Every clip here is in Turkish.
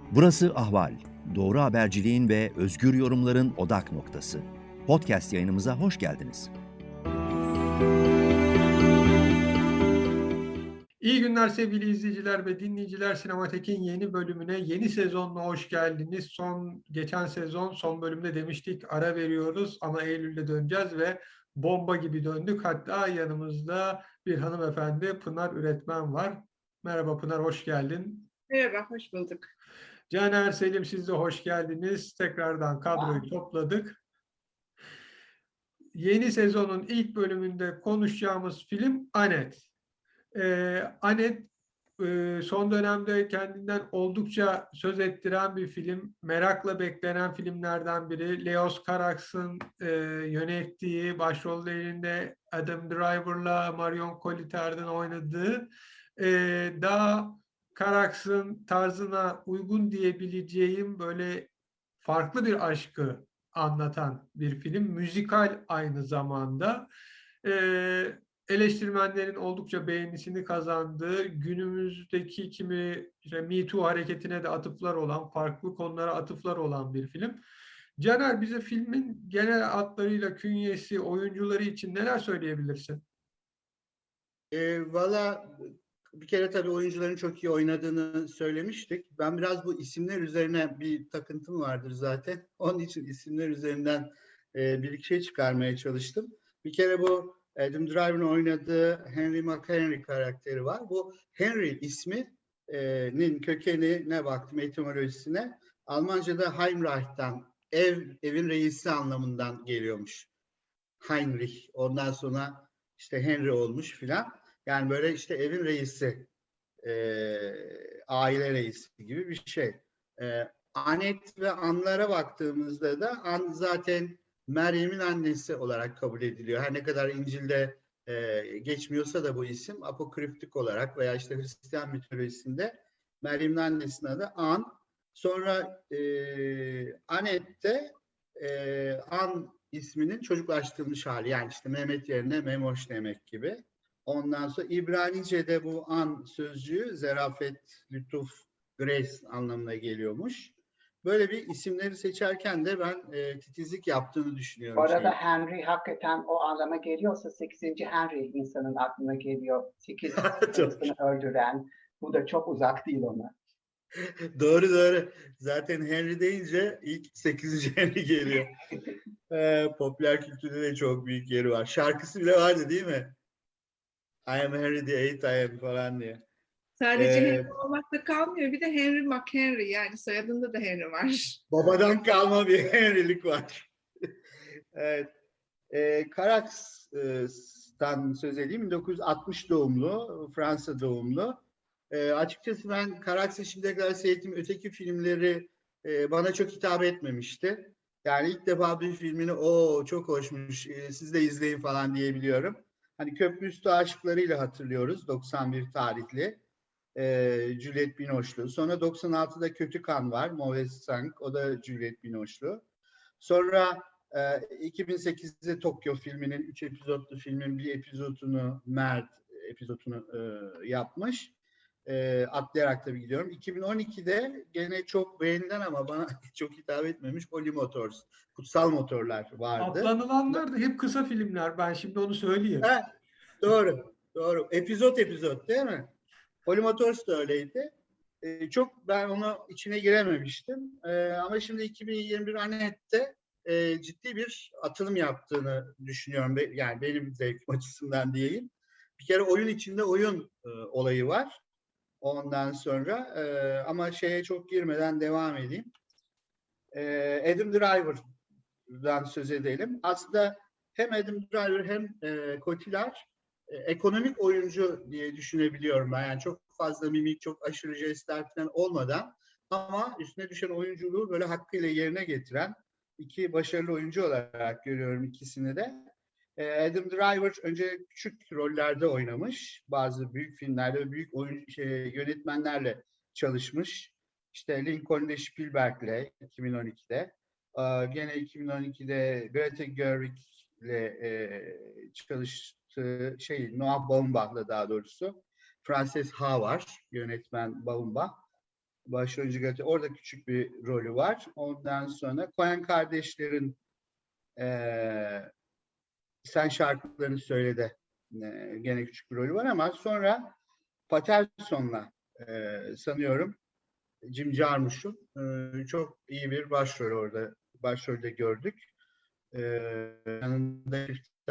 Burası Ahval. Doğru haberciliğin ve özgür yorumların odak noktası. Podcast yayınımıza hoş geldiniz. İyi günler sevgili izleyiciler ve dinleyiciler. Sinematek'in yeni bölümüne, yeni sezonuna hoş geldiniz. Geçen sezon son bölümde demiştik ara veriyoruz ama Eylül'de döneceğiz ve bomba gibi döndük. Hatta yanımızda bir hanımefendi Pınar Üretmen var. Merhaba Pınar, hoş geldin. Merhaba, hoş bulduk. Caner, Selim, siz de hoş geldiniz. Tekrardan kadroyu topladık. Yeni sezonun ilk bölümünde konuşacağımız film Anet. Anet son dönemde kendinden oldukça söz ettiren bir film. Merakla beklenen filmlerden biri. Leos Carax'ın yönettiği, başrollerinde Adam Driver'la Marion Cotillard'ın oynadığı, daha Carax'ın tarzına uygun diyebileceğim böyle farklı bir aşkı anlatan bir film. Müzikal aynı zamanda. Eleştirmenlerin oldukça beğenisini kazandığı, günümüzdeki kimi işte Me Too hareketine de atıflar olan, farklı konulara atıflar olan bir film. Caner, bize filmin genel hatlarıyla künyesi, oyuncuları için neler söyleyebilirsin? Valla bir kere tabii oyuncuların çok iyi oynadığını söylemiştik. Ben biraz bu isimler üzerine bir takıntım vardır zaten. Onun için isimler üzerinden bir iki şey çıkarmaya çalıştım. Bir kere bu Adam Driver'ın oynadığı Henry McHenry karakteri var. Bu Henry isminin kökenine baktım, etimolojisine. Almanca'da Heimreich'tan, evin reisi anlamından geliyormuş. Heinrich. Ondan sonra işte Henry olmuş filan. Yani böyle işte evin reisi, aile reisi gibi bir şey. Anet ve Anlara baktığımızda da An zaten Meryem'in annesi olarak kabul ediliyor. Her ne kadar İncil'de geçmiyorsa da bu isim apokriftik olarak veya işte Hristiyan mitolojisinde Meryem'in annesinin adı An. Sonra Anet'te An isminin çocuklaştırılmış hali. Yani işte Mehmet yerine Memoş demek gibi. Ondan sonra İbranice'de bu an sözcüğü zarafet, lütuf, grace anlamına geliyormuş. Böyle bir isimleri seçerken de ben titizlik yaptığını düşünüyorum. Bu arada Henry hakikaten o anlama geliyorsa 8. Henry insanın aklına geliyor. 8 insanı öldüren. Bu da çok uzak değil ona. Doğru. Zaten Henry deyince ilk 8. Henry geliyor. Popüler kültürde de çok büyük yeri var. Şarkısı bile vardı değil mi? I am Henry the Eighth, I am falan diye. Sadece Henry olmakta kalmıyor. Bir de Henry McHenry, yani soyadında da Henry var. Babadan kalma bir Henry'lik var. Evet. Carax'tan söz edeyim. 1960 doğumlu, Fransa doğumlu. Açıkçası ben Carax'ı şimdiye kadar seyrettiğim öteki filmleri bana çok hitap etmemişti. Yani ilk defa bir filmini çok hoşmuş, siz de izleyin falan diyebiliyorum. Hani Köprüüstü Aşıkları'yla hatırlıyoruz, 91 tarihli. Juliette Binoche'lu. Sonra 96'da Kötü Kan var, Mauvaise Sang, o da Juliette Binoche'lu. Sonra 2008'de Tokyo filminin 3 epizodlu filmin bir epizodunu yapmış. Atlayarak tabii gidiyorum. 2012'de gene çok beğenilen ama bana çok hitap etmemiş Holy Motors, Kutsal Motorlar vardı. Atlanılanlar da hep kısa filmler. Ben şimdi onu söyleyeyim. Doğru. Epizod değil mi? Holy Motors da öyleydi. Çok ben onu içine girememiştim. Ama şimdi 2021 Anet'te ciddi bir atılım yaptığını düşünüyorum. Yani benim zevkim açısından diyeyim. Bir kere oyun içinde oyun olayı var. Ondan sonra ama şeye çok girmeden devam edeyim. Adam Driver'dan söz edelim. Aslında hem Adam Driver hem Cotillard ekonomik oyuncu diye düşünebiliyorum ben. Yani çok fazla mimik, çok aşırı jestler falan olmadan ama üstüne düşen oyunculuğu böyle hakkıyla yerine getiren iki başarılı oyuncu olarak görüyorum ikisini de. Adam Driver önce küçük rollerde oynamış. Bazı büyük filmlerde ve büyük yönetmenlerle çalışmış. İşte Lincoln'le Spielberg'le 2012'de. Gene 2012'de Greta Gerwig'le çalıştığı Noah Baumbach'la daha doğrusu. Frances Ha var, yönetmen Baumbach. başrolcü Gati. Orada küçük bir rolü var. Ondan sonra Coen kardeşlerin Sen şarkılarını söyle de gene küçük bir rolü var ama sonra Patterson'la sanıyorum Jim Jarmusch'un çok iyi bir başrol orada. Başrolde gördük. Yanında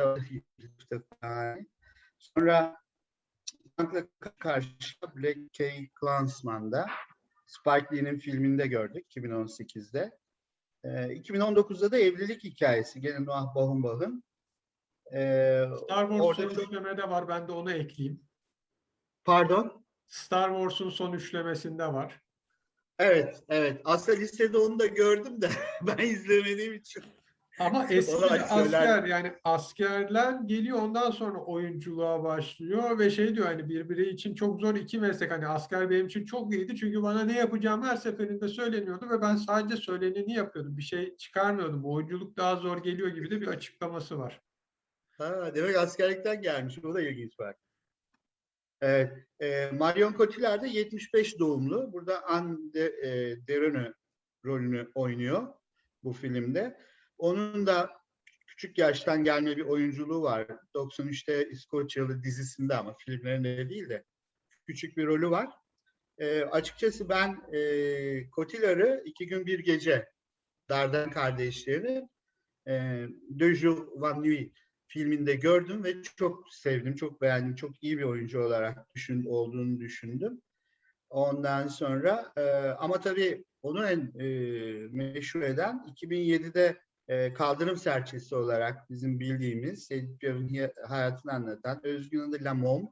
sonra Tankla karşı Black K. Klansman'da Spike Lee'nin filminde gördük 2018'de. 2019'da da Evlilik Hikayesi gene Noah Baumbach'ın. Star Wars Orada son çok... üçlemede var. Ben de onu ekleyeyim. Pardon? Star Wars'un son üçlemesinde var. Evet, evet. Aslında listede onu da gördüm de ben izlemediğim için. Ama eski bir asker, söyler. yani askerden geliyor, ondan sonra oyunculuğa başlıyor ve şey diyor, hani birbiri için çok zor iki meslek. Hani asker benim için çok iyiydi çünkü bana ne yapacağım her seferinde söyleniyordu ve ben sadece söyleneni yapıyordum. Bir şey çıkarmıyordum. Oyunculuk daha zor geliyor gibi de bir açıklaması var. Ha, demek askerlikten gelmiş. O da ilginç var. Evet. Marion Cotillard da 75 doğumlu. Burada Anne Dereneux rolünü oynuyor bu filmde. Onun da küçük yaştan gelme bir oyunculuğu var. 93'te İskoçyalı dizisinde ama filmlerinde değil de küçük bir rolü var. Açıkçası ben Cotillard'ı 2 gün bir gece Darden kardeşlerini Deux Jours One Nuit filminde gördüm ve çok sevdim, çok beğendim. Çok iyi bir oyuncu olarak olduğunu düşündüm. Ondan sonra ama tabii onu en meşhur eden 2007'de Kaldırım Serçesi olarak bizim bildiğimiz Edith Piaf'ın hayatını anlatan Özgün adı La Môme,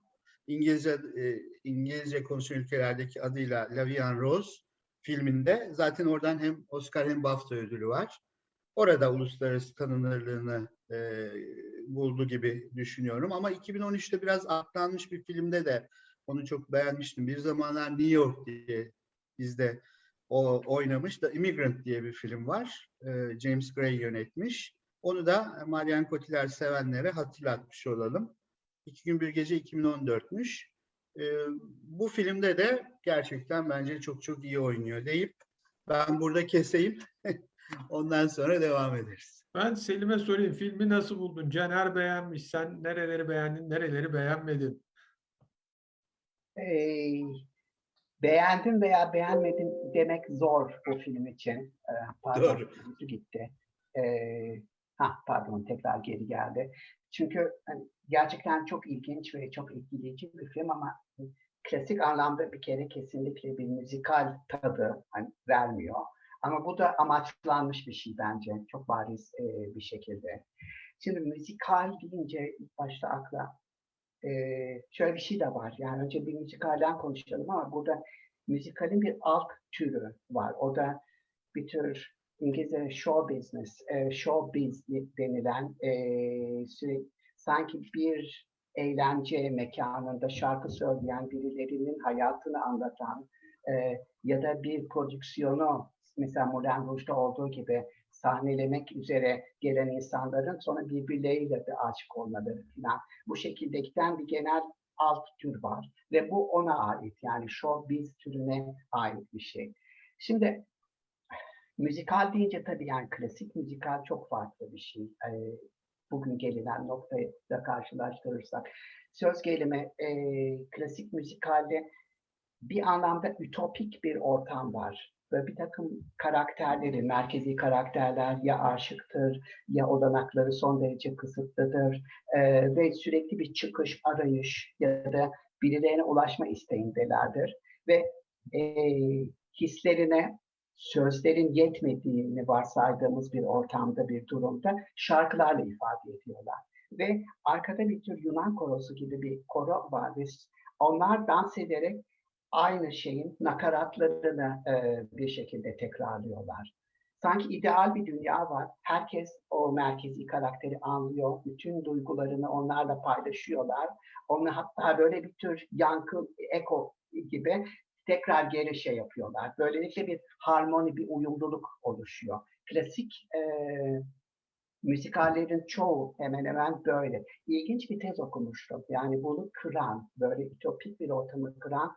İngilizce konuşan ülkelerdeki adıyla La Vie en Rose filminde zaten oradan hem Oscar hem BAFTA ödülü var. Orada uluslararası tanınırlığını buldu gibi düşünüyorum. Ama 2013'te biraz atlanmış bir filmde de onu çok beğenmiştim. Bir Zamanlar New York diye bizde o oynamış. The Immigrant diye bir film var. James Gray yönetmiş. Onu da Marion Cotillard sevenlere hatırlatmış olalım. 2 gün bir gece 2014'müş. Bu filmde de gerçekten bence çok çok iyi oynuyor deyip ben burada keseyim. Ondan sonra devam ederiz. Ben Selim'e sorayım. Filmi nasıl buldun? Caner beğenmiş. Sen nereleri beğendin, nereleri beğenmedin? Ee, Beğendim veya beğenmedim demek zor bu film için. Pardon, Doğru. gitti. Pardon, tekrar geri geldi. Çünkü hani, gerçekten çok ilginç ve çok etkileyici bir film ama klasik anlamda bir kere kesinlikle bir müzikal tadı hani, vermiyor. Ama bu da amaçlanmış bir şey bence. Çok bariz bir şekilde. Şimdi müzikal deyince ilk başta akla şöyle bir şey de var. Yani önce bir müzikalden konuşalım ama burada müzikalin bir alt türü var. O da bir tür İngilizce show business, showbiz denilen sanki bir eğlence mekanında şarkı söyleyen birilerinin hayatını anlatan ya da bir prodüksiyonu mesela Moulin Rouge'da olduğu gibi sahnelemek üzere gelen insanların sonra birbirleriyle de aşık olmaları falan. Bu şekilde giden bir genel alt tür var ve bu ona ait yani showbiz türüne ait bir şey. Şimdi müzikal deyince tabii yani klasik müzikal çok farklı bir şey. Bugün gelinen noktayla karşılaştırırsak. Söz gelimi klasik müzikalde bir anlamda ütopik bir ortam var. Böyle bir takım karakterleri, merkezi karakterler ya aşıktır ya olanakları son derece kısıtlıdır ve sürekli bir çıkış, arayış ya da birilerine ulaşma isteğindelerdir. Ve hislerine sözlerin yetmediğini varsaydığımız bir ortamda, bir durumda şarkılarla ifade ediyorlar. Ve arkada bir tür Yunan korosu gibi bir koro var ve onlar dans ederek aynı şeyin nakaratlarını bir şekilde tekrarlıyorlar. Sanki ideal bir dünya var. Herkes o merkezi karakteri anlıyor. Bütün duygularını onlarla paylaşıyorlar. Onu hatta böyle bir tür yankı, eko gibi tekrar geri şey yapıyorlar. Böylelikle bir harmoni, bir uyumluluk oluşuyor. Klasik müzikallerin çoğu hemen hemen böyle. İlginç bir tez okumuştum. Yani bunu kıran, böyle ütopik bir ortamı kıran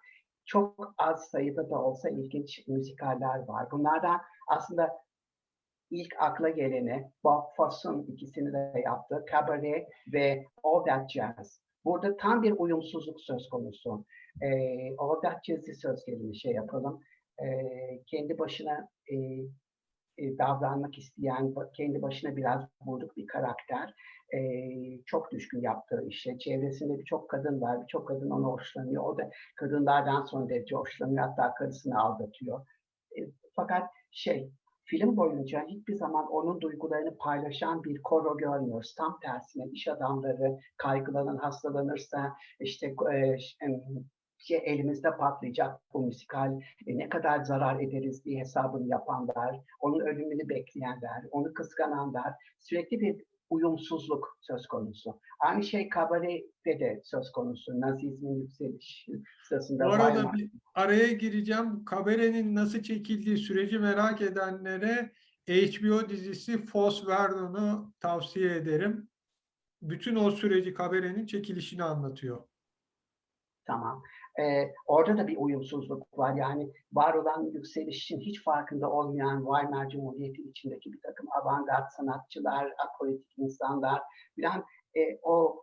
çok az sayıda da olsa ilginç müzikaller var. Bunlardan aslında ilk akla geleni Bob Foss'un ikisini de yaptığı Cabaret ve All That Jazz. Burada tam bir uyumsuzluk söz konusu. All That Jazz'i söz gelimi şey yapalım. Kendi başına davranmak isteyen, kendi başına biraz buyruk bir karakter. Çok düşkün yaptığı işe. Çevresinde birçok kadın var. Birçok kadın ona hoşlanıyor. O da kadınlardan son derece hoşlanıyor. Hatta karısını aldatıyor. Fakat film boyunca hiçbir zaman onun duygularını paylaşan bir koro görmüyoruz. Tam tersine iş adamları kaygılanan, hastalanırsa işte elimizde patlayacak bu müzikal, ne kadar zarar ederiz diye hesabını yapanlar, onun ölümünü bekleyenler, onu kıskananlar, sürekli bir uyumsuzluk söz konusu. Aynı şey Cabaret'te de söz konusu. Nazizmin yükselişi sırasında. Bu arada bir araya gireceğim. Cabaret'in nasıl çekildiği süreci merak edenlere HBO dizisi Fosse Verdon'u tavsiye ederim. Bütün o süreci Cabaret'in çekilişini anlatıyor. Tamam. Orada da bir uyumsuzluk var. Yani var olan yükselişin hiç farkında olmayan Weimar Cumhuriyeti içindeki bir takım avantgard sanatçılar, apolitik insanlar falan o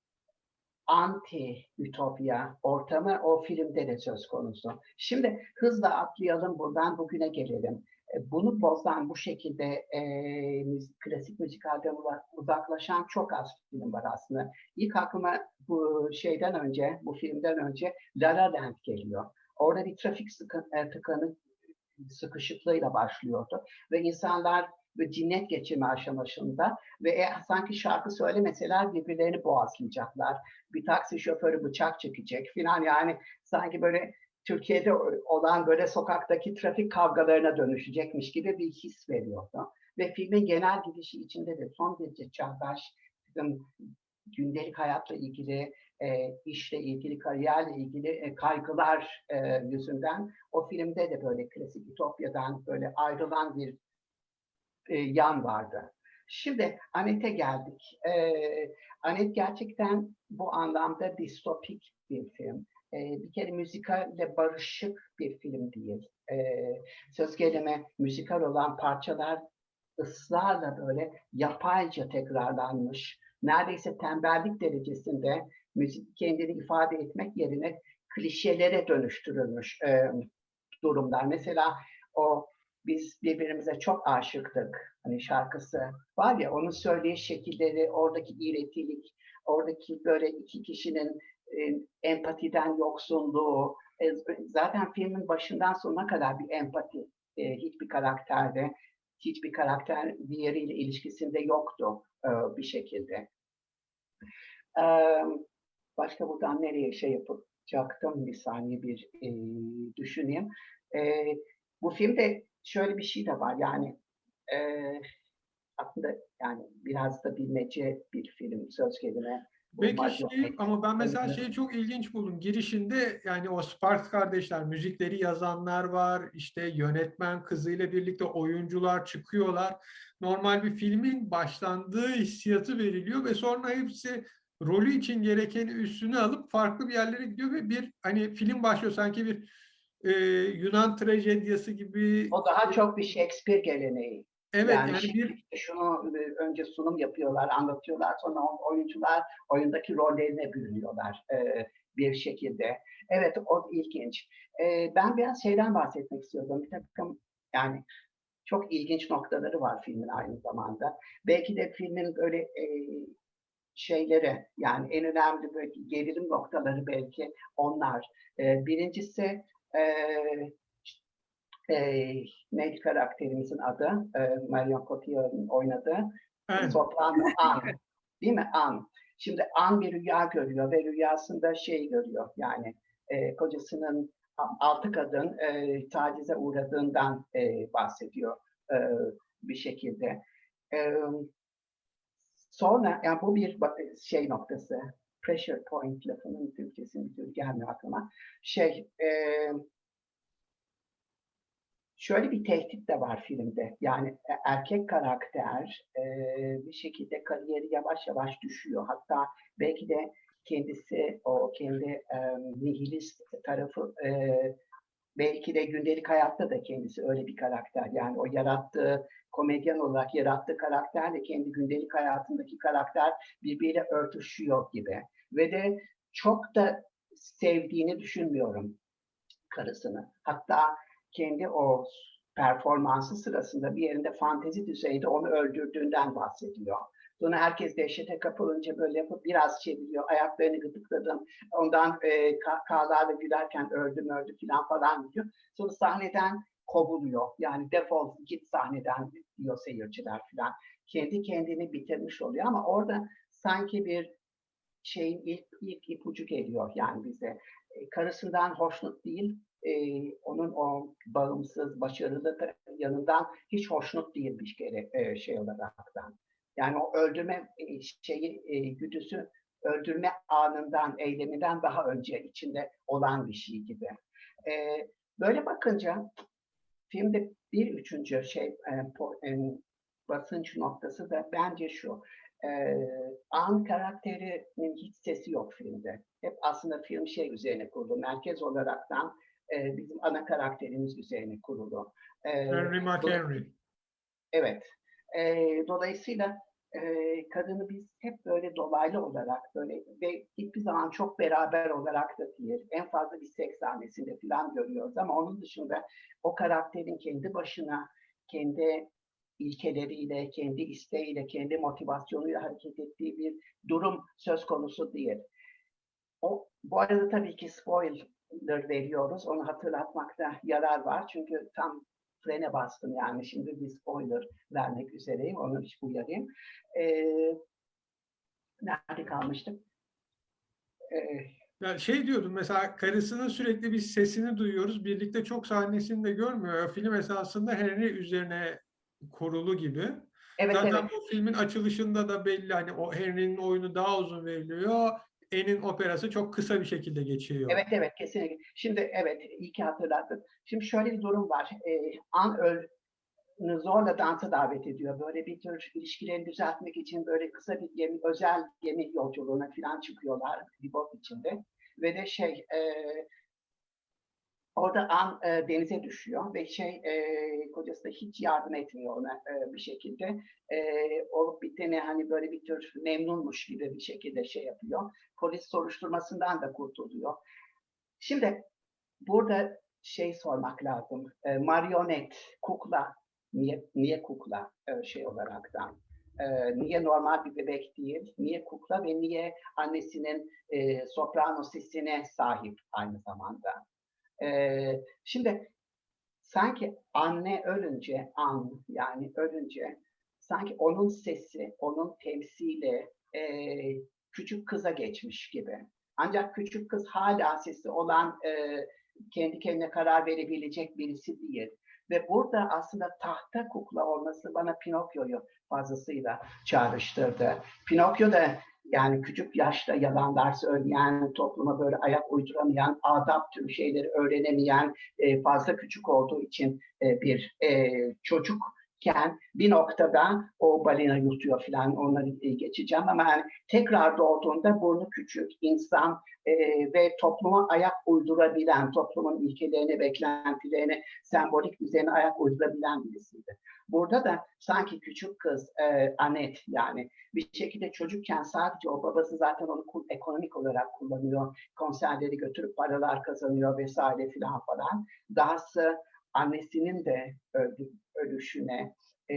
anti-ütopya ortamı o filmde de söz konusu. Şimdi hızla atlayalım buradan bugüne gelelim. Bunu bozan bu şekilde klasik müzikalden uzaklaşan çok az film var aslında. İlk aklıma bu bu filmden önce La La Land geliyor. Orada bir trafik sıkışıklığıyla başlıyordu ve insanlar ve cinnet geçirme aşamasında ve sanki şarkı söylemeseler birbirlerini boğazlayacaklar. Bir taksi şoförü bıçak çekecek filan, yani sanki böyle Türkiye'de olan böyle sokaktaki trafik kavgalarına dönüşecekmiş gibi bir his veriyordu. Ve filmin genel gidişi içinde de son derece çağdaş, gündelik hayatla ilgili, işle ilgili, kariyerle ilgili kaygılar yüzünden o filmde de böyle klasik ütopyadan böyle ayrılan bir yan vardı. Şimdi Annette'e geldik. Annette gerçekten bu anlamda distopik bir film. Bir kere müzikalle barışık bir film değil. Söz gelimi müzikal olan parçalar ısrarla böyle yapayca tekrarlanmış. Neredeyse tembellik derecesinde müzik kendini ifade etmek yerine klişelere dönüştürülmüş durumlar. Mesela o biz birbirimize çok aşıktık. Hani şarkısı var ya, onun söyleyiş şekilleri, oradaki iğretilik, oradaki böyle iki kişinin empatiden yoksunluğu, zaten filmin başından sonuna kadar bir empati hiçbir karakterde, hiçbir karakter diğeriyle ilişkisinde yoktu bir şekilde. Başka buradan nereye yapacaktım? Bir saniye düşüneyim. Bu filmde şöyle bir şey de var, yani aslında yani biraz da bilmece bir film söz gelimi. Peki ama ben mesela çok ilginç buldum. Girişinde yani o Sparks kardeşler, müzikleri yazanlar var, işte yönetmen kızıyla birlikte oyuncular çıkıyorlar. Normal bir filmin başlandığı hissiyatı veriliyor ve sonra hepsi rolü için gerekeni üstüne alıp farklı bir yerlere gidiyor ve bir hani film başlıyor sanki bir Yunan trajedyası gibi. O daha çok bir Shakespeare geleneği. Evet, yani şunu önce sunum yapıyorlar, anlatıyorlar, sonra oyuncular oyundaki rollerine bürünüyorlar bir şekilde. Evet, o ilginç. Ben biraz şeyden bahsetmek istiyordum. Bir takım yani çok ilginç noktaları var filmin aynı zamanda. Belki de filmin böyle şeyleri, yani en önemli böyle gerilim noktaları belki onlar. Birincisi neydi karakterimizin adı? Marion Cotillard'ın oynadığı soprano Anne. Değil mi? Anne. Şimdi Anne bir rüya görüyor ve rüyasında görüyor. Yani kocasının 6 kadın tacize uğradığından bahsediyor bir şekilde. Sonra yani bu bir noktası. Pressure point lafının Türkçesini bir gelmiyor aklıma. Şöyle bir tehdit de var filmde. Yani erkek karakter bir şekilde kariyeri yavaş yavaş düşüyor. Hatta belki de kendisi o kendi nihilist tarafı belki de gündelik hayatta da kendisi öyle bir karakter. Yani o yarattığı, komedyen olarak yarattığı karakterle kendi gündelik hayatındaki karakter birbiriyle örtüşüyor gibi. Ve de çok da sevdiğini düşünmüyorum karısını. Hatta kendi o performansı sırasında bir yerinde fantezi düzeyde onu öldürdüğünden bahsediyor. Sonra herkes dehşete kapılınca böyle yapıp biraz çeviriyor, ayaklarını gıdıkladım, ondan kahkahalarla gülerken öldüm falan diyor. Sonra sahneden kovuluyor. Yani defol git sahneden diyor seyirciler falan. Kendi kendini bitirmiş oluyor ama orada sanki bir şeyin ilk ipucu geliyor yani bize. Karısından hoşnut değil, onun o bağımsız, başarılı yanından hiç hoşnut değil bir kere şey olaraktan. Yani o öldürme güdüsü öldürme anından, eyleminden daha önce içinde olan bir şey gibi. Böyle bakınca filmde bir üçüncü basınç noktası da bence şu. An karakterinin hiç sesi yok filmde. Hep aslında film şey üzerine kurulu. Merkez olaraktan bizim ana karakterimiz üzerine kurulu. Henry McHenry. Evet. Dolayısıyla kadını biz hep böyle dolaylı olarak böyle ve hiçbir zaman çok beraber olarak da değil. En fazla bir seks sahnesinde falan görüyoruz ama onun dışında o karakterin kendi başına, kendi ilkeleriyle, kendi isteğiyle, kendi motivasyonuyla hareket ettiği bir durum söz konusu değil. Bu arada tabii ki spoiler veriyoruz. Onu hatırlatmakta yarar var. Çünkü tam frene bastım yani. Şimdi bir spoiler vermek üzereyim. Onu hiç uyarayım. Nerede kalmıştım? Yani şey diyordum mesela karısının sürekli bir sesini duyuyoruz. Birlikte çok sahnesini de görmüyor. Film esasında Henry üzerine kurulu gibi. Evet, Zaten evet. bu filmin açılışında da belli hani o Henry'nin oyunu daha uzun veriliyor. Anne'in operası çok kısa bir şekilde geçiyor. Evet, evet, kesinlikle. Şimdi evet, iyi ki hatırlattın. Şimdi şöyle bir durum var. Zorla dansa davet ediyor. Böyle bir tür ilişkilerini düzeltmek için böyle kısa bir gemi, özel gemi yolculuğuna falan çıkıyorlar bir bot içinde. Ve de orada denize düşüyor ve kocası da hiç yardım etmiyor ona bir şekilde. Olup biteni hani böyle bir tür memnunmuş gibi bir şekilde şey yapıyor. Polis soruşturmasından da kurtuluyor. Şimdi burada sormak lazım. Marionet, kukla, niye kukla şey olaraktan? Niye normal bir bebek değil? Niye kukla ve niye annesinin soprano sesine sahip aynı zamanda? Şimdi sanki anne ölünce, yani ölünce sanki onun sesi, onun temsili küçük kıza geçmiş gibi. Ancak küçük kız hala sesi olan kendi kendine karar verebilecek birisi değil. Ve burada aslında tahta kukla olması bana Pinokyo'yu fazlasıyla çağrıştırdı. Pinokyo da yani küçük yaşta yalanlar söyleyen, topluma böyle ayak uyduramayan, adap türü şeyleri öğrenemeyen, fazla küçük olduğu için bir çocukken bir noktada o balina yutuyor falan onları geçeceğim ama yani tekrar doğduğunda burnu küçük, insan ve topluma ayak uydurabilen, toplumun ilkelerine, beklentilerine, sembolik düzenine ayak uydurabilen birisiydi. Burada da sanki küçük kız Anet yani bir şekilde çocukken sadece o babası zaten onu ekonomik olarak kullanıyor. Konserleri götürüp paralar kazanıyor vesaire filan falan. Dahası annesinin de ölüşüne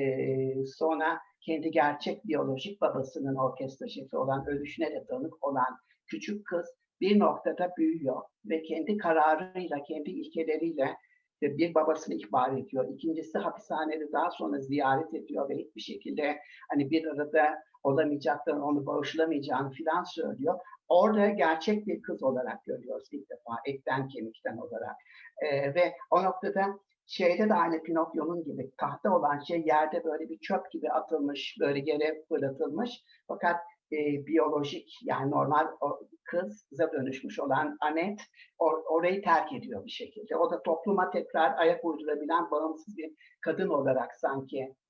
sonra kendi gerçek biyolojik babasının orkestra şefi olan ölüşüne de tanık olan küçük kız bir noktada büyüyor ve kendi kararıyla, kendi ilkeleriyle bir babasını ihbar ediyor. İkincisi hapishanede daha sonra ziyaret ediyor ve hiçbir şekilde hani bir arada olamayacaklarını, onu bağışlamayacağını filan söylüyor. Orada gerçek bir kız olarak görüyoruz ilk defa, etten kemikten olarak. Ve o noktada de aynı Pinokyo'nun gibi tahta olan şey yerde böyle bir çöp gibi atılmış, böyle yere fırlatılmış. Fakat biyolojik yani normal kıza dönüşmüş olan Anet orayı terk ediyor bir şekilde. O da topluma tekrar ayak uydurabilen bağımsız bir kadın olarak sanki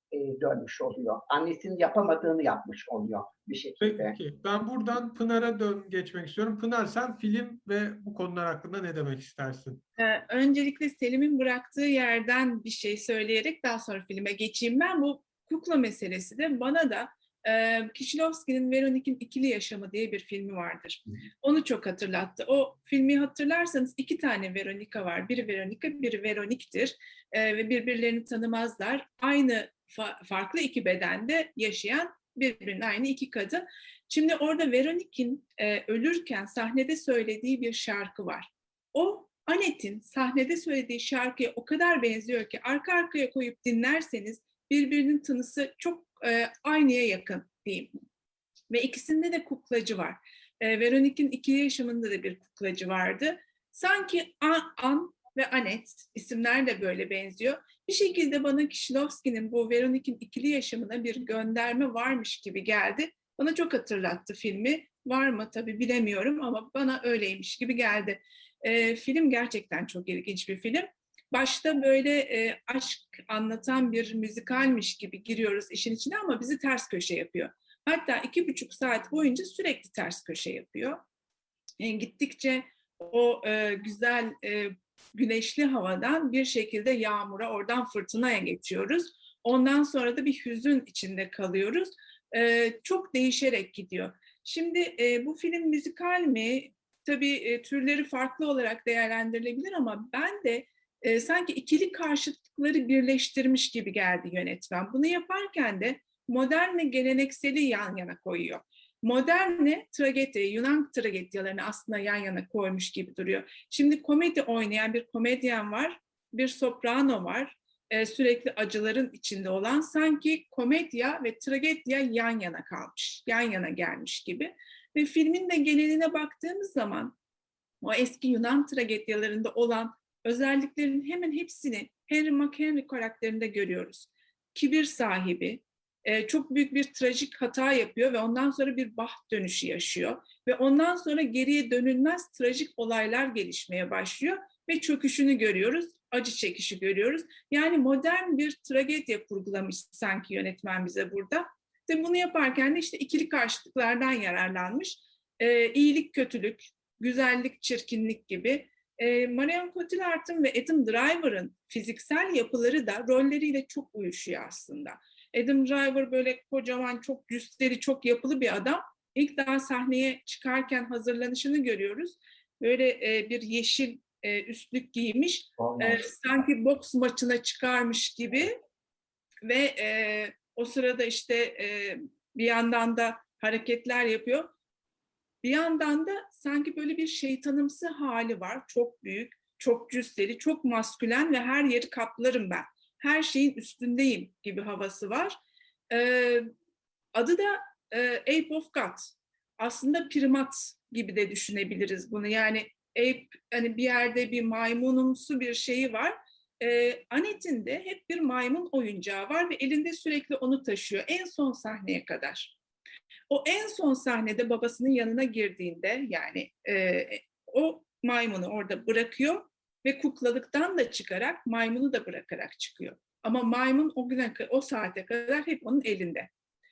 dönmüş oluyor. Annesinin yapamadığını yapmış oluyor bir şekilde. Peki, ben buradan Pınar'a geçmek istiyorum. Pınar, sen film ve bu konular hakkında ne demek istersin? Öncelikle Selim'in bıraktığı yerden bir şey söyleyerek daha sonra filme geçeyim ben. Bu kukla meselesi de bana da Kieślowski'nin Veronik'in İkili Yaşamı diye bir filmi vardır. Onu çok hatırlattı. O filmi hatırlarsanız 2 tane Veronika var. Biri Veronika, biri Veronik'tir. Ve birbirlerini tanımazlar. Aynı farklı 2 bedende yaşayan birbirine aynı 2 kadın. Şimdi orada Veronik'in ölürken sahnede söylediği bir şarkı var. O Anet'in sahnede söylediği şarkıya o kadar benziyor ki arka arkaya koyup dinlerseniz birbirinin tınısı çok aynıya yakın diyeyim. Ve ikisinde de kuklacı var. Veronik'in İkili Yaşamı'nda da bir kuklacı vardı. Sanki An ve Anet isimler de böyle benziyor. Bir şekilde bana Kieślowski'nin bu Veronik'in İkili Yaşamı'na bir gönderme varmış gibi geldi. Bana çok hatırlattı filmi. Var mı tabii bilemiyorum ama bana öyleymiş gibi geldi. Film gerçekten çok ilginç bir film. Başta böyle aşk anlatan bir müzikalmiş gibi giriyoruz işin içine ama bizi ters köşe yapıyor. Hatta 2,5 saat boyunca sürekli ters köşe yapıyor. Gittikçe o güzel güneşli havadan bir şekilde yağmura, oradan fırtınaya geçiyoruz. Ondan sonra da bir hüzün içinde kalıyoruz. Çok değişerek gidiyor. Şimdi bu film müzikal mi? Tabii türleri farklı olarak değerlendirilebilir ama ben de sanki ikili karşıtlıkları birleştirmiş gibi geldi yönetmen. Bunu yaparken de modernle gelenekseli yan yana koyuyor. Modernle tragedi, Yunan tragedyalarını aslında yan yana koymuş gibi duruyor. Şimdi komedi oynayan bir komedyen var, bir soprano var. Sürekli acıların içinde olan, sanki komedya ve tragedya yan yana kalmış, yan yana gelmiş gibi. Ve filmin de geneline baktığımız zaman o eski Yunan tragedyalarında olan özelliklerin hemen hepsini Henry McHenry karakterinde görüyoruz. Kibir sahibi, çok büyük bir trajik hata yapıyor ve ondan sonra bir baht dönüşü yaşıyor. Ve ondan sonra geriye dönülmez trajik olaylar gelişmeye başlıyor ve çöküşünü görüyoruz, acı çekişi görüyoruz. Yani modern bir tragedya kurgulamış sanki yönetmen bize burada. Ve bunu yaparken de işte ikili karşıtlıklardan yararlanmış. İyilik, kötülük, güzellik, çirkinlik gibi. Marion Cotillard'ın ve Adam Driver'ın fiziksel yapıları da rolleriyle çok uyuşuyor aslında. Adam Driver böyle kocaman, çok cüsseli, çok yapılı bir adam. İlk daha sahneye çıkarken hazırlanışını görüyoruz. Böyle bir yeşil üstlük giymiş. Sanki boks maçına çıkarmış gibi. Ve o sırada işte bir yandan da hareketler yapıyor. Bir yandan da sanki böyle bir şeytanımsı hali var. Çok büyük, çok cüsseli, çok maskülen ve her yeri kaplarım ben. Her şeyin üstündeyim gibi havası var. Adı da Ape of God. Aslında primat gibi de düşünebiliriz bunu. Yani ape, hani bir yerde bir maymunumsu bir şeyi var. Annette'in de hep bir maymun oyuncağı var ve elinde sürekli onu taşıyor en son sahneye kadar. O en son sahnede babasının yanına girdiğinde yani o maymunu orada bırakıyor ve kuklalıktan da çıkarak maymunu da bırakarak çıkıyor. Ama maymun o saate kadar hep onun elinde.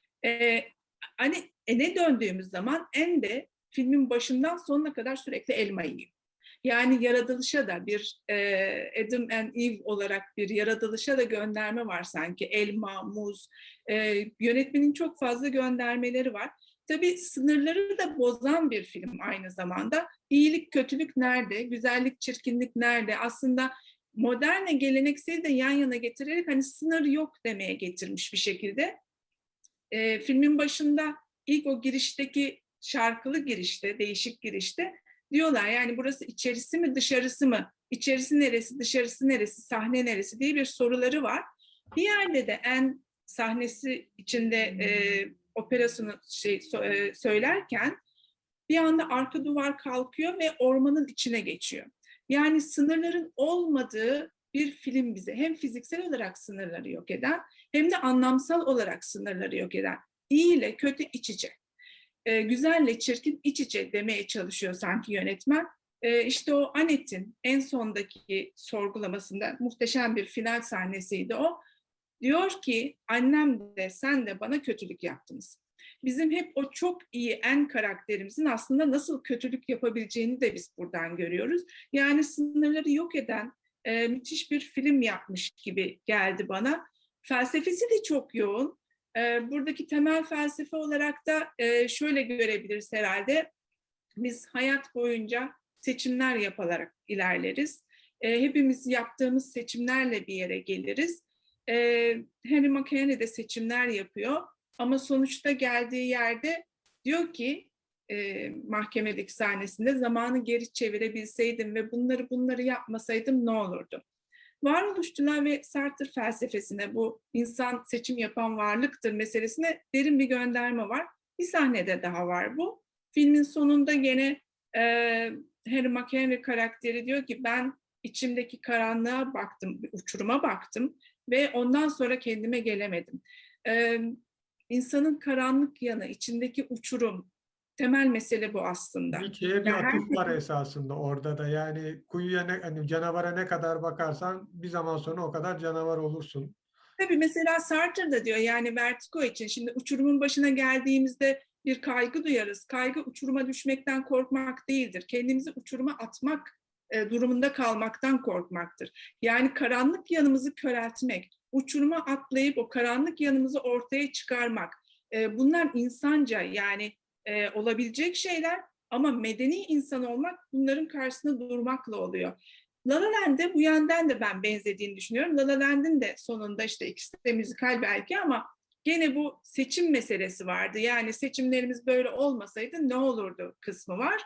Ne döndüğümüz zaman en de filmin başından sonuna kadar sürekli elma yiyor. Yani yaratılışa da bir Adam and Eve olarak bir yaratılışa da gönderme var sanki. Elma, muz, yönetmenin çok fazla göndermeleri var. Tabii sınırları da bozan bir film aynı zamanda. İyilik, kötülük nerede? Güzellik, çirkinlik nerede? Aslında modernle gelenekseli de yan yana getirerek hani sınır yok demeye getirmiş bir şekilde. Filmin başında ilk o girişteki şarkılı girişte, değişik girişte diyorlar yani burası içerisi mi dışarısı mı? İçerisi neresi, dışarısı neresi, sahne neresi diye bir soruları var. Bir yerde de en sahnesi içinde operasını söylerken bir anda arka duvar kalkıyor ve ormanın içine geçiyor. Yani sınırların olmadığı bir film bize hem fiziksel olarak sınırları yok eden hem de anlamsal olarak sınırları yok eden. İyi ile kötü iç içe. Güzelle çirkin iç içe demeye çalışıyor sanki yönetmen. İşte o Annette'in en sondaki sorgulamasında muhteşem bir final sahnesiydi o. Diyor ki annem de sen de bana kötülük yaptınız. Bizim hep o çok iyi en karakterimizin aslında nasıl kötülük yapabileceğini de biz buradan görüyoruz. Yani sınırları yok eden müthiş bir film yapmış gibi geldi bana. Felsefesi de çok yoğun. Buradaki temel felsefe olarak da şöyle görebiliriz herhalde. Biz hayat boyunca seçimler yaparak ilerleriz. Hepimiz yaptığımız seçimlerle bir yere geliriz. Henry McHenry de seçimler yapıyor. Ama sonuçta geldiği yerde diyor ki mahkemedeki sahnesinde zamanı geri çevirebilseydim ve bunları yapmasaydım ne olurdu? Varoluşçuluğa ve Sartre felsefesine, bu insan seçim yapan varlıktır meselesine derin bir gönderme var. Bir sahnede daha var bu. Filmin sonunda gene Henry McHenry karakteri diyor ki ben içimdeki karanlığa baktım, bir uçuruma baktım ve ondan sonra kendime gelemedim. İnsanın karanlık yanı, içindeki uçurum, temel mesele bu aslında. Nietzsche'ye bir atıf var esasında orada da. Yani kuyuya hani canavara ne kadar bakarsan bir zaman sonra o kadar canavar olursun. Tabii mesela Sartre da diyor yani vertigo için şimdi uçurumun başına geldiğimizde bir kaygı duyarız. Kaygı uçuruma düşmekten korkmak değildir. Kendimizi uçuruma atmak durumunda kalmaktan korkmaktır. Yani karanlık yanımızı köreltmek, uçuruma atlayıp o karanlık yanımızı ortaya çıkarmak. Bunlar insanca yani olabilecek şeyler ama medeni insan olmak bunların karşısında durmakla oluyor. La La Land'e bu yönden de ben benzediğini düşünüyorum. La La Land'in de sonunda işte ikisi de müzikal belki ama gene bu seçim meselesi vardı. Yani seçimlerimiz böyle olmasaydı ne olurdu kısmı var.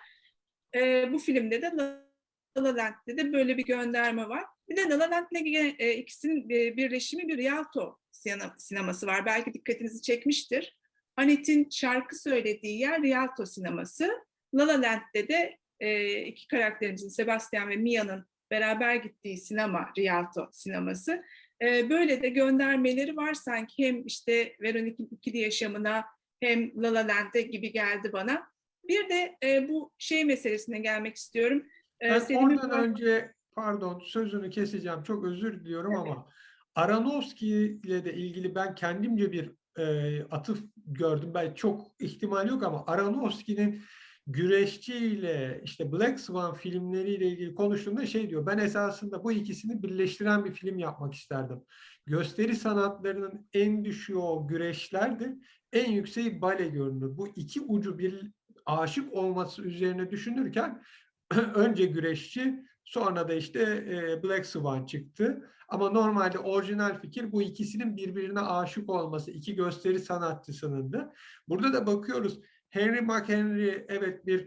Bu filmde de La La Land'de de böyle bir gönderme var. Bir de La La Land'le ikisinin birleşimi bir Rialto sineması var. Belki dikkatinizi çekmiştir. Anet'in şarkı söylediği yer Rialto sineması. La La Land'de de iki karakterimizin Sebastian ve Mia'nın beraber gittiği sinema Rialto sineması. Böyle de göndermeleri var sanki hem işte Veronique'in ikili yaşamına hem La La Land'e gibi geldi bana. Bir de bu şey meselesine gelmek istiyorum. Ben oradan önce pardon sözünü keseceğim. Çok özür diliyorum ama Aronofsky ile de ilgili ben kendimce bir atıf gördüm. Belki çok ihtimal yok ama Aronofsky'nin Güreşçi ile işte Black Swan filmleriyle ilgili konuştuğunda şey diyor. Ben esasında bu ikisini birleştiren bir film yapmak isterdim. Gösteri sanatlarının en düşüğü o güreşlerdir. En yükseği bale görünür. Bu iki ucu bir aşık olması üzerine düşünürken önce güreşçi sonra da işte Black Swan çıktı. Ama normalde orijinal fikir bu ikisinin birbirine aşık olması, iki gösteri sanatçısının da. Burada da bakıyoruz Henry McHenry evet bir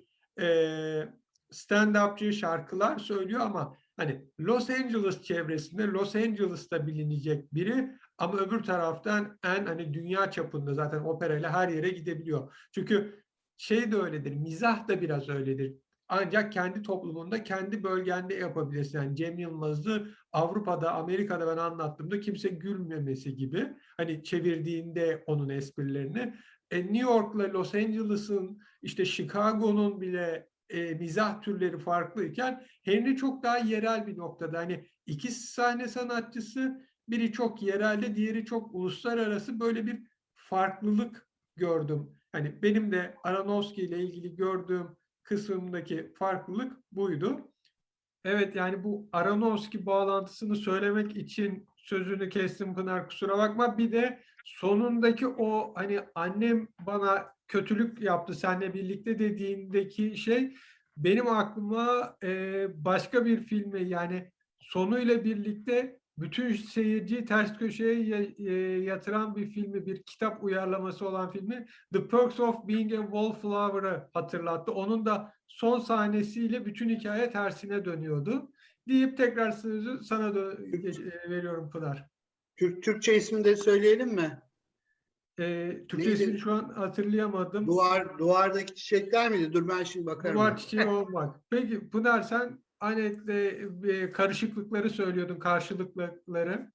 stand-upçı şarkılar söylüyor ama hani Los Angeles çevresinde Los Angeles'ta bilinecek biri ama öbür taraftan en hani dünya çapında zaten operayla her yere gidebiliyor. Çünkü şey de öyledir, mizah da biraz öyledir. Ancak kendi toplumunda, kendi bölgende yapabilirsin. Yani Cem Yılmaz'ı Avrupa'da, Amerika'da ben anlattığımda kimse gülmemesi gibi. Hani çevirdiğinde onun esprilerini. New York'la Los Angeles'ın, işte Chicago'nun bile mizah türleri farklıyken Henry çok daha yerel bir noktada. Hani iki sahne sanatçısı, biri çok yerelde, diğeri çok uluslararası böyle bir farklılık gördüm. Hani benim de Aronofsky ile ilgili gördüğüm kısmındaki farklılık buydu. Evet yani bu Aronofsky bağlantısını söylemek için sözünü kestim Pınar kusura bakma. Bir de sonundaki o hani annem bana kötülük yaptı seninle birlikte dediğindeki şey benim aklıma başka bir filmi yani sonuyla birlikte bütün seyirciyi ters köşeye yatıran bir filmi, bir kitap uyarlaması olan filmi The Perks of Being a Wallflower'ı hatırlattı. Onun da son sahnesiyle bütün hikaye tersine dönüyordu. Deyip tekrar sözü sana da veriyorum Pınar. Türkçe ismini de söyleyelim mi? Türkçe ismini şu an hatırlayamadım. Duvardaki çiçekler miydi? Dur ben şimdi bakarım. Duvar çiçeği olmak. Peki Pınar sen Anet'le karışıklıkları söylüyordun, karşılıkları.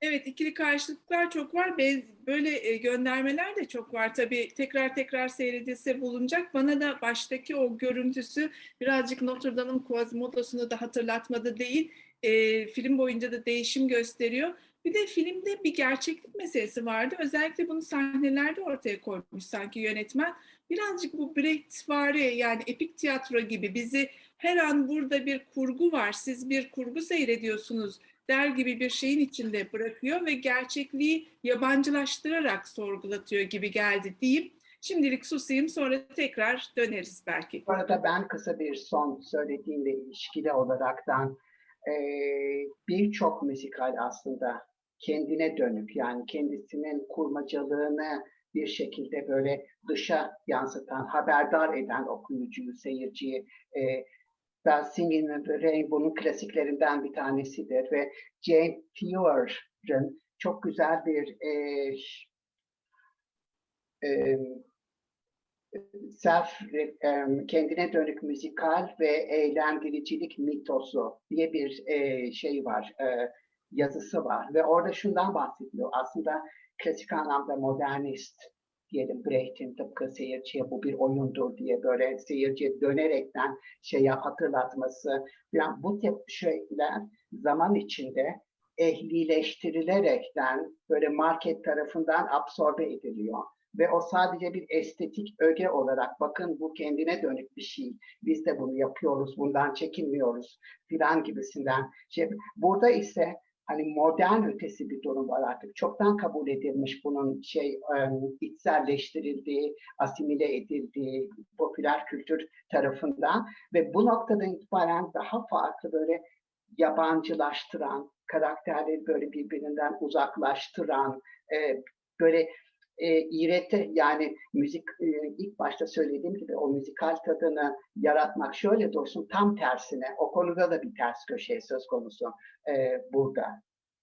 Evet, ikili karşılıklar çok var. Böyle göndermeler de çok var. Tabii tekrar tekrar seyredilse bulunacak. Bana da baştaki o görüntüsü birazcık Notre Dame'ın Quasimodo'sunu da hatırlatmadı değil. Film boyunca da değişim gösteriyor. Bir de filmde bir gerçeklik meselesi vardı. Özellikle bunu sahnelerde ortaya koymuş sanki yönetmen. Birazcık bu Brechtvari, yani epik tiyatro gibi bizi her an burada bir kurgu var, siz bir kurgu seyrediyorsunuz der gibi bir şeyin içinde bırakıyor ve gerçekliği yabancılaştırarak sorgulatıyor gibi geldi diyeyim. Şimdilik susayım, sonra tekrar döneriz belki. Bu arada ben kısa bir son söylediğimle ilişkili olaraktan birçok müzikal aslında kendine dönük, yani kendisinin kurmacalığını bir şekilde böyle dışa yansıtan, haberdar eden okuyucuyu, seyirciyi. Ben Singing in the Rain bunun klasiklerinden bir tanesidir ve James Fewer'ın çok güzel bir kendine dönük müzikal ve eğlendiricilik mitosu diye bir şey var, yazısı var ve orada şundan bahsediyor. Aslında klasik anlamda modernist diyelim, Brecht'in tıpkı seyirciye bu bir oyundur diye böyle seyirciye dönerekten şeye hatırlatması falan, bu tip şeyler zaman içinde ehlileştirilerekten böyle market tarafından absorbe ediliyor. Ve o sadece bir estetik öge olarak, bakın bu kendine dönük bir şey, biz de bunu yapıyoruz, bundan çekinmiyoruz filan gibisinden. Burada ise hani modern ötesi bir durum var artık. Çoktan kabul edilmiş bunun içselleştirildiği, asimile edildiği popüler kültür tarafından ve bu noktadan itibaren daha farklı böyle yabancılaştıran, karakterleri böyle birbirinden uzaklaştıran, böyle iğreti, yani müzik, ilk başta söylediğim gibi o müzikal tadını yaratmak şöyle dursun, tam tersine o konuda da bir ters köşe söz konusu burada.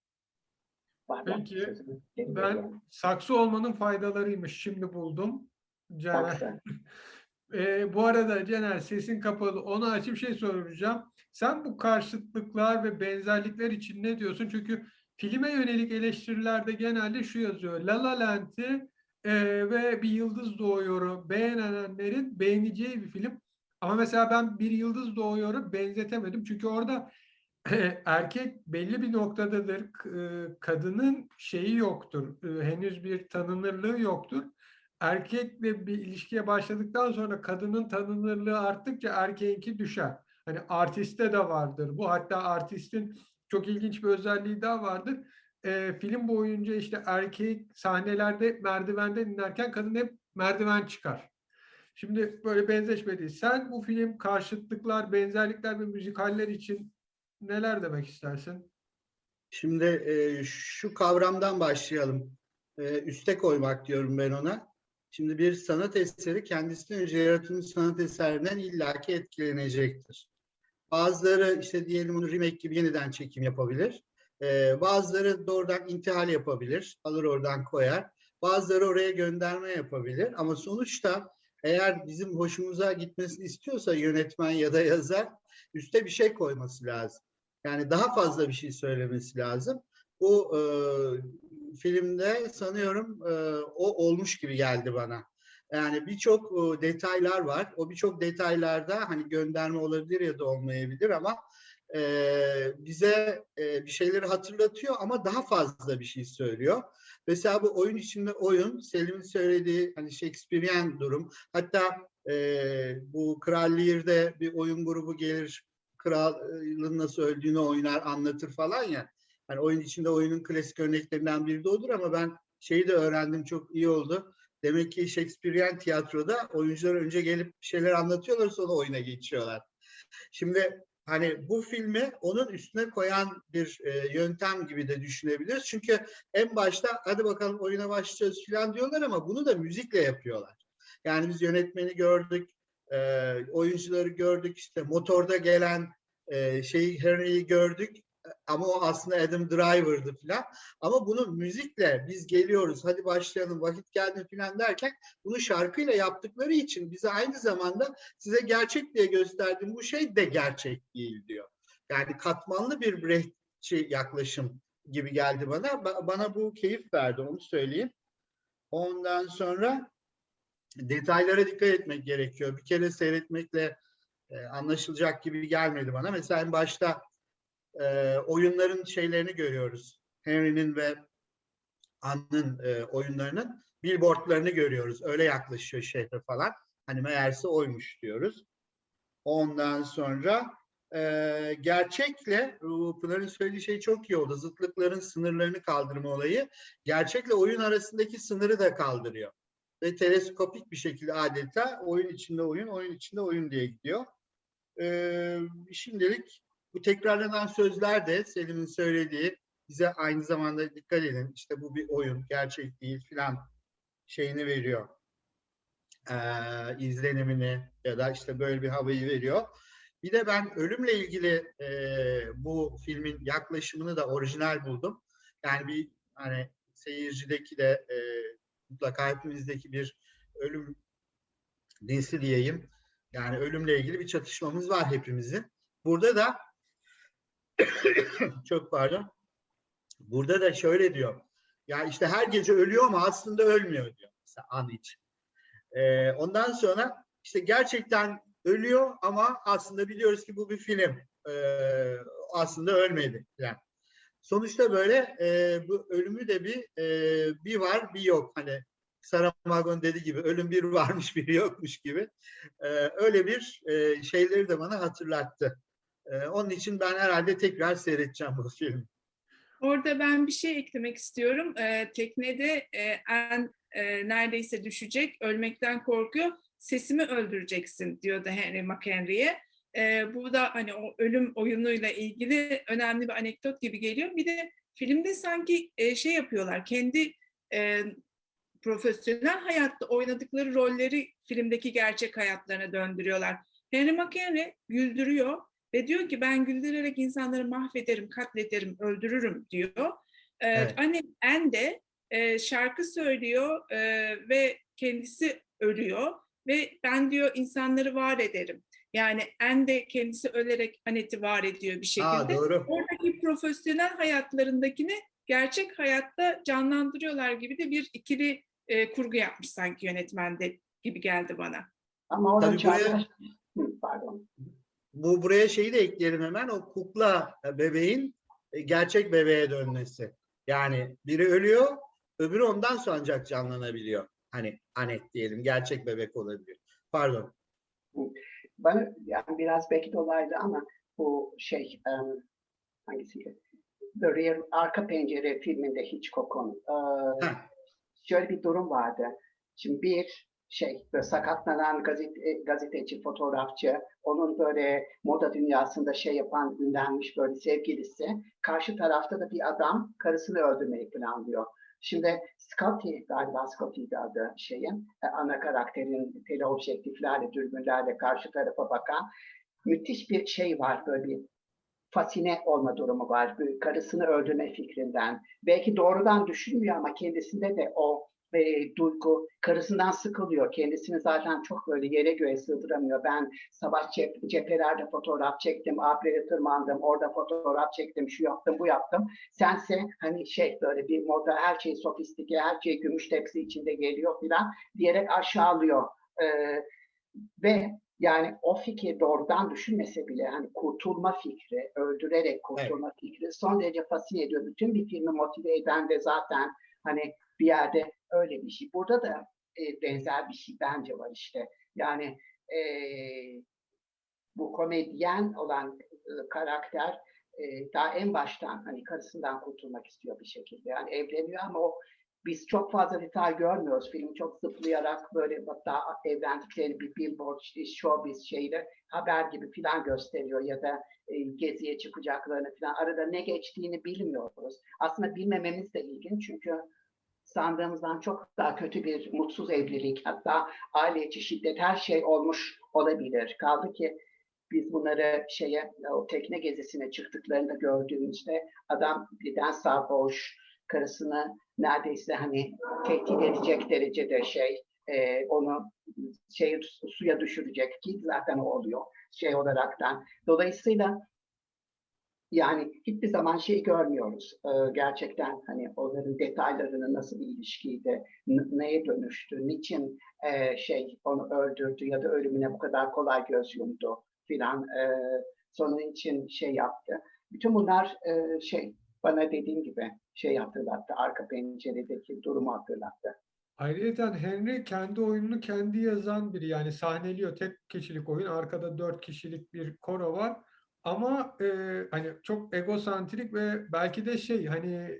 Peki ben saksı olmanın faydalarıymış şimdi buldum. Caner. Bu arada Caner, sesin kapalı, onu açıp şey soracağım. Sen bu karşıtlıklar ve benzerlikler için ne diyorsun? Çünkü filme yönelik eleştirilerde genelde şu yazıyor: La La Land'i ve Bir Yıldız Doğuyor'u beğenenlerin beğeneceği bir film. Ama mesela ben Bir Yıldız Doğuyor'u benzetemedim. Çünkü orada erkek belli bir noktadadır. Kadının şeyi yoktur. Henüz bir tanınırlığı yoktur. Erkekle bir ilişkiye başladıktan sonra kadının tanınırlığı arttıkça erkeğinki düşer. Hani artiste de vardır bu. Hatta artistin çok ilginç bir özelliği daha vardır. Film boyunca işte erkek sahnelerde merdivenden inerken kadın hep merdiven çıkar. Şimdi böyle benzeşmedi. Sen bu film karşıtlıklar, benzerlikler ve müzikaller için neler demek istersin? Şimdi şu kavramdan başlayalım. Üste koymak diyorum ben ona. Şimdi bir sanat eseri kendisinden önce yaratılmış sanat eserinden illaki etkilenecektir. Bazıları işte diyelim onu remake gibi yeniden çekim yapabilir. Bazıları doğrudan intihal yapabilir. Alır oradan koyar. Bazıları oraya gönderme yapabilir. Ama sonuçta eğer bizim hoşumuza gitmesini istiyorsa yönetmen ya da yazar üste bir şey koyması lazım. Yani daha fazla bir şey söylemesi lazım. Bu filmde sanıyorum o olmuş gibi geldi bana. Yani birçok detaylar var. O birçok detaylarda hani gönderme olabilir ya da olmayabilir ama bize bir şeyleri hatırlatıyor ama daha fazla bir şey söylüyor. Mesela bu oyun içinde oyun, Selim'in söylediği hani Shakespearean durum. Hatta bu Kral Lear'de bir oyun grubu gelir, kralın nasıl öldüğünü oynar, anlatır falan ya. Hani oyun içinde oyunun klasik örneklerinden biri de odur ama ben şeyi de öğrendim, çok iyi oldu. Demek ki Shakespearean tiyatroda oyuncular önce gelip bir şeyler anlatıyorlar, sonra oyuna geçiyorlar. Şimdi hani bu filmi onun üstüne koyan bir yöntem gibi de düşünebiliriz. Çünkü en başta hadi bakalım oyuna başlayacağız falan diyorlar ama bunu da müzikle yapıyorlar. Yani biz yönetmeni gördük, oyuncuları gördük, işte motorda gelen Henry'yi gördük. Ama o aslında Adam Driver'dı falan. Ama bunu müzikle biz geliyoruz, hadi başlayalım, vakit geldi falan derken bunu şarkıyla yaptıkları için bize aynı zamanda size gerçek diye gösterdiğim bu şey de gerçek değil diyor. Yani katmanlı bir Brechtçi yaklaşım gibi geldi bana. Bana bu keyif verdi, onu söyleyeyim. Ondan sonra detaylara dikkat etmek gerekiyor. Bir kere seyretmekle anlaşılacak gibi gelmedi bana. Mesela en başta oyunların şeylerini görüyoruz. Henry'nin ve Anne'ın oyunlarının billboardlarını görüyoruz. Öyle yaklaşıyor şehre falan. Hani meğerse oymuş diyoruz. Ondan sonra gerçekle, Pınar'ın söylediği şey çok iyi oldu. Zıtlıkların sınırlarını kaldırma olayı. Gerçekle oyun arasındaki sınırı da kaldırıyor. Ve teleskopik bir şekilde adeta oyun içinde oyun, oyun içinde oyun diye gidiyor. Şimdilik bu tekrarlanan sözler de Selim'in söylediği, bize aynı zamanda dikkat edin, işte bu bir oyun, gerçek değil filan şeyini veriyor. İzlenimini ya da işte böyle bir havayı veriyor. Bir de ben ölümle ilgili bu filmin yaklaşımını da orijinal buldum. Yani bir hani seyircideki de mutlaka hepimizdeki bir ölüm nesi diyeyim. Yani ölümle ilgili bir çatışmamız var hepimizin. Burada da çok pardon. Burada da şöyle diyor. Ya işte her gece ölüyor ama aslında ölmüyor diyor. Mesela an için. Ondan sonra işte gerçekten ölüyor ama aslında biliyoruz ki bu bir film. Aslında ölmedi. Yani sonuçta böyle bu ölümü de bir var bir yok. Hani Saramago'nun dediği gibi ölüm bir varmış biri yokmuş gibi. Öyle bir şeyleri de bana hatırlattı. Onun için ben herhalde tekrar seyredeceğim bu filmi. Orada ben bir şey eklemek istiyorum. Teknede neredeyse düşecek, ölmekten korkuyor. Sesimi öldüreceksin diyordu Henry McHenry'e. Bu da hani o ölüm oyunuyla ilgili önemli bir anekdot gibi geliyor. Bir de filmde sanki şey yapıyorlar, kendi profesyonel hayatta oynadıkları rolleri filmdeki gerçek hayatlarına döndürüyorlar. Henry McHenry güldürüyor ve diyor ki ben güldürerek insanları mahvederim, katlederim, öldürürüm diyor. Evet. Anne de şarkı söylüyor ve kendisi ölüyor ve ben diyor insanları var ederim. Yani Anne de kendisi ölerek Annette'i var ediyor bir şekilde. Doğru. Oradaki profesyonel hayatlarındakini gerçek hayatta canlandırıyorlar gibi de bir ikili kurgu yapmış sanki yönetmende gibi geldi bana. Ama orada Tabii buraya, pardon. buraya şeyi de ekleyelim hemen. O kukla bebeğin gerçek bebeğe dönmesi. Yani biri ölüyor, öbürü ondan sonra ancak canlanabiliyor. Hani Anet diyelim, gerçek bebek olabiliyor. Pardon. Bana yani biraz belki dolaylı ama bu hangisiydi? The Rear, Arka Pencere filminde Hitchcock'un şöyle bir durum vardı. Şimdi bir böyle sakatlanan gazeteci, fotoğrafçı, onun böyle moda dünyasında yapan ünlenmiş böyle sevgilisi, karşı tarafta da bir adam karısını öldürmeyi planlıyor. Şimdi Scotty'di adı ana karakterin teleobjektiflerle, dürbünlerle karşı tarafa bakan müthiş bir var, böyle bir fasine olma durumu var. Karısını öldürme fikrinden. Belki doğrudan düşünmüyor ama kendisinde de o duygu, karısından sıkılıyor. Kendisini zaten çok böyle yere göğe sığdıramıyor. Ben savaş cephelerde fotoğraf çektim, Alplere tırmandım, orada fotoğraf çektim, şu yaptım, bu yaptım. Sense hani böyle bir moda, her şey sofistike, her şey gümüş tepsi içinde geliyor filan diyerek aşağılıyor. Ve yani o fikir doğrudan düşünmese bile hani kurtulma fikri, öldürerek kurtulma fikri son derece fasine ediyor. Bütün bir filmi motive eden de zaten hani bir yerde öyle bir şey. Burada da benzer bir şey bence var işte. Yani bu komedyen olan karakter daha en baştan hani karısından kurtulmak istiyor bir şekilde. Yani evleniyor ama biz çok fazla detay görmüyoruz. Film çok zıplayarak böyle hatta evlendiklerini bir billboard, showbiz haber gibi filan gösteriyor ya da geziye çıkacaklarını filan. Arada ne geçtiğini bilmiyoruz. Aslında bilmememiz de ilginç çünkü sandığımızdan çok daha kötü bir mutsuz evlilik, hatta aile içi şiddet, her şey olmuş olabilir. Kaldı ki biz bunları o tekne gezisine çıktıklarında gördüğümüzde adam birden sarhoş, karısını neredeyse hani tehdit edecek derecede onu suya düşürecek ki zaten o oluyor olaraktan. Dolayısıyla Yani hiçbir zaman şey görmüyoruz. Gerçekten hani onların detaylarını nasıl bir ilişkiydi, neye dönüştü, niçin onu öldürdü ya da ölümüne bu kadar kolay göz yumdu filan. Sonun için şey yaptı. Bütün bunlar bana dediğim gibi şey hatırlattı. Arka penceredeki durumu hatırlattı. Ayrıca Henry kendi oyununu kendi yazan biri, yani sahneliyor, tek kişilik oyun, arkada 4 kişilik bir koro var ama hani çok egosantrik ve belki de hani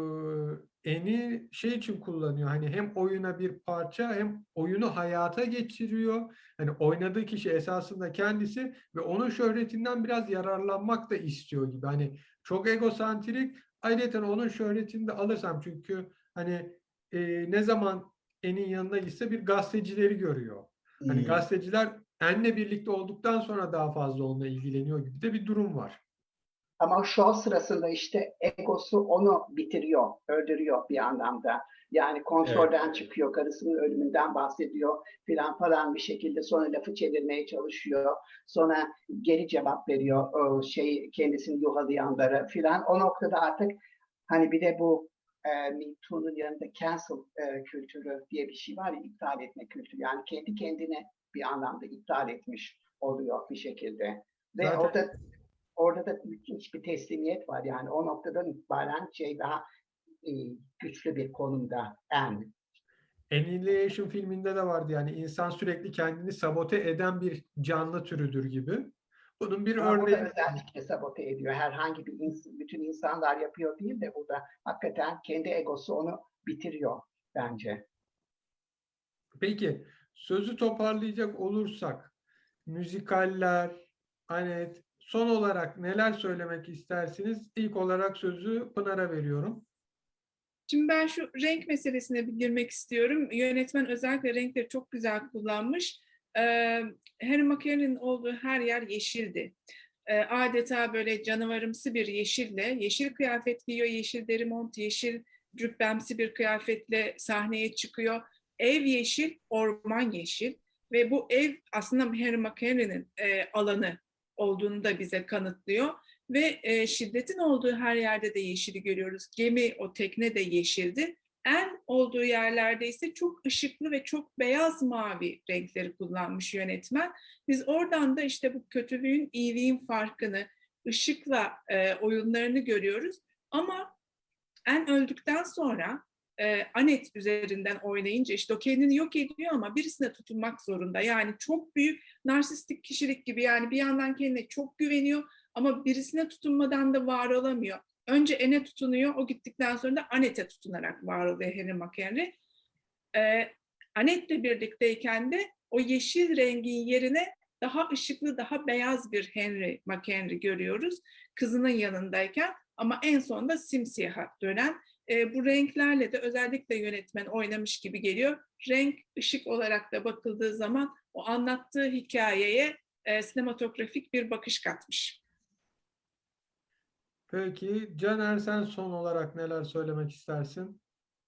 eni şey için kullanıyor, hani hem oyuna bir parça hem oyunu hayata geçiriyor, hani oynadığı kişi esasında kendisi ve onun şöhretinden biraz yararlanmak da istiyor gibi, hani çok egosantrik. Ayrıca onun şöhretini de alırsam, çünkü hani ne zaman En'in yanına gitse bir gazetecileri görüyor. Hani Hmm. gazeteciler En'le birlikte olduktan sonra daha fazla onunla ilgileniyor gibi de bir durum var. Ama şov sırasında işte egosu onu bitiriyor, öldürüyor bir anlamda. Yani Evet. kontrolden çıkıyor, karısının ölümünden bahsediyor filan falan bir şekilde, sonra lafı çevirmeye çalışıyor. Sonra geri cevap veriyor o kendisini yuhalayanlara filan. O noktada artık hani bir de bu Me Too'nun yanında cancel kültürü diye bir şey var ya, iptal etme kültürü. Yani kendi kendine bir anlamda iptal etmiş oluyor bir şekilde. Ve Zaten orada da müthiş bir teslimiyet var. Yani o noktadan itibaren daha e, güçlü bir konumda en. Annihilation filminde de vardı, yani insan sürekli kendini sabote eden bir canlı türüdür gibi. Bunun bir Ama burada örneği. özellikle sabote ediyor. Herhangi bir bütün insanlar yapıyor değil de burada hakikaten kendi egosu onu bitiriyor bence. Peki, sözü toparlayacak olursak, müzikaller, hani son olarak neler söylemek istersiniz? İlk olarak sözü Pınar'a veriyorum. Şimdi ben şu renk meselesine bir girmek istiyorum. Yönetmen özellikle renkleri çok güzel kullanmış. Harry Macauley'nin olduğu her yer yeşildi. Adeta böyle canavarımsı bir yeşille, yeşil kıyafet giyiyor, yeşil deri mont, yeşil cübbemsi bir kıyafetle sahneye çıkıyor. Ev yeşil, orman yeşil ve bu ev aslında Harry Macauley'nin alanı olduğunu da bize kanıtlıyor. Ve şiddetin olduğu her yerde de yeşili görüyoruz. Gemi, o tekne de yeşildi. En olduğu yerlerde ise çok ışıklı ve çok beyaz mavi renkleri kullanmış yönetmen. Biz oradan da işte bu kötülüğün, iyiliğin farkını, ışıkla oyunlarını görüyoruz. Ama en öldükten sonra Anet üzerinden oynayınca işte o kendini yok ediyor ama birisine tutunmak zorunda. Yani çok büyük narsistik kişilik gibi, yani bir yandan kendine çok güveniyor ama birisine tutunmadan da var olamıyor. Önce Ene tutunuyor, o gittikten sonra da Anet'e tutunarak var oluyor Henry McHenry. Anet'le birlikteyken de o yeşil rengin yerine daha ışıklı, daha beyaz bir Henry McHenry görüyoruz kızının yanındayken, ama en sonunda simsiyaha dönen. Bu renklerle de özellikle yönetmen oynamış gibi geliyor. Renk, ışık olarak da bakıldığı zaman o anlattığı hikayeye sinematografik bir bakış katmış. Peki Caner, sen son olarak neler söylemek istersin?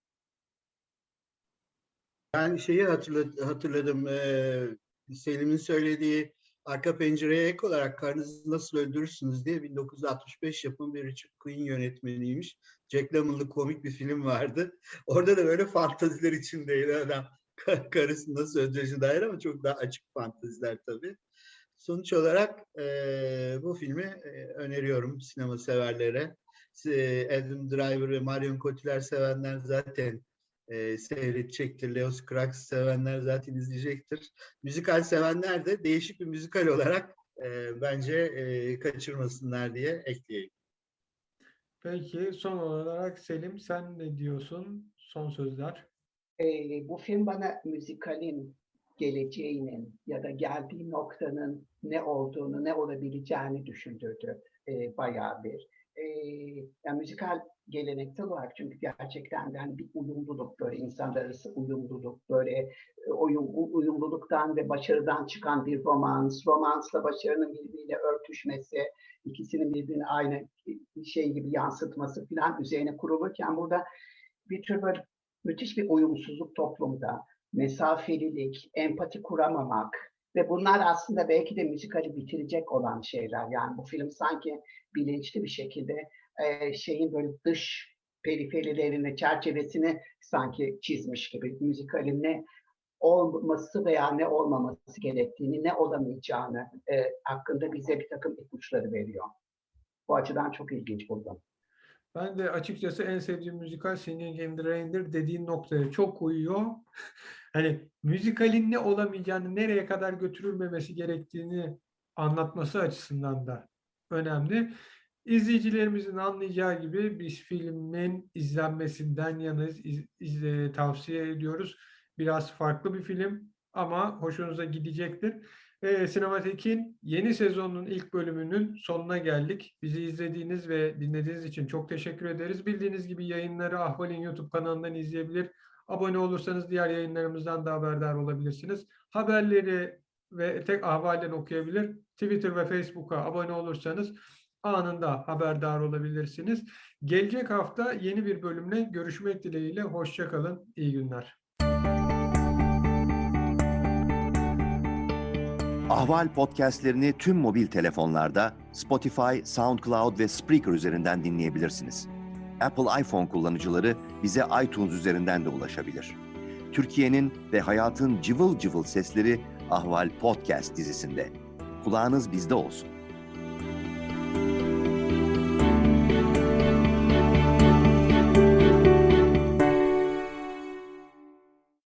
Ben şeyi hatırladım. Selim'in söylediği arka pencereye ek olarak Karınızı Nasıl Öldürürsünüz diye 1965 yapımı bir Richard Quinn yönetmeniymiş. Jack Lemmon'lı komik bir film vardı. Orada da böyle fantaziler içindeydi adam. Karısını nasıl öldüreceğine dair ama çok daha açık fantaziler tabii. Sonuç olarak bu filmi öneriyorum sinema severlere. Adam Driver ve Marion Cotillard sevenler zaten seyredecektir. Leo Carax sevenler zaten izleyecektir. Müzikal sevenler de değişik bir müzikal olarak bence kaçırmasınlar diye ekleyeyim. Peki son olarak Selim, sen ne diyorsun? Son sözler. Bu film bana müzikalin geleceğinin ya da geldiği noktanın ne olduğunu, ne olabileceğini düşündürdü bayağı bir. E, Yani müzikal geleneksel olarak, çünkü gerçekten yani bir uyumluluk, böyle insanlar arası uyumluluk, böyle uyumluluktan ve başarıdan çıkan bir romansla başarının birbiriyle örtüşmesi, ikisinin birbirine aynı şey gibi yansıtması falan üzerine kurulurken burada bir tür müthiş bir uyumsuzluk toplumda, mesafelilik, empati kuramamak, Ve bunlar aslında belki de müzikali bitirecek olan şeyler. Yani bu film sanki bilinçli bir şekilde şeyin böyle dış periferilerini, çerçevesini sanki çizmiş gibi. Müzikalin ne olması veya ne olmaması gerektiğini, ne olamayacağını hakkında bize bir takım ipuçları veriyor. Bu açıdan çok ilginç buldum. Ben de açıkçası en sevdiğim müzikal Singing in the Rain'dir, dediğin noktaya çok uyuyor. Hani müzikalin ne olamayacağını, nereye kadar götürülmemesi gerektiğini anlatması açısından da önemli. İzleyicilerimizin anlayacağı gibi biz filmin izlenmesinden yanayız, tavsiye ediyoruz. Biraz farklı bir film ama hoşunuza gidecektir. Sinematek'in yeni sezonun ilk bölümünün sonuna geldik. Bizi izlediğiniz ve dinlediğiniz için çok teşekkür ederiz. Bildiğiniz gibi yayınları Ahval'in YouTube kanalından izleyebilir. Abone olursanız diğer yayınlarımızdan da haberdar olabilirsiniz. Haberleri ve tek Ahval'den okuyabilir. Twitter ve Facebook'a abone olursanız anında haberdar olabilirsiniz. Gelecek hafta yeni bir bölümle görüşmek dileğiyle. Hoşça kalın. İyi günler. Ahval podcastlerini tüm mobil telefonlarda Spotify, SoundCloud ve Spreaker üzerinden dinleyebilirsiniz. Apple iPhone kullanıcıları bize iTunes üzerinden de ulaşabilir. Türkiye'nin ve hayatın cıvıl cıvıl sesleri Ahval Podcast dizisinde. Kulağınız bizde olsun.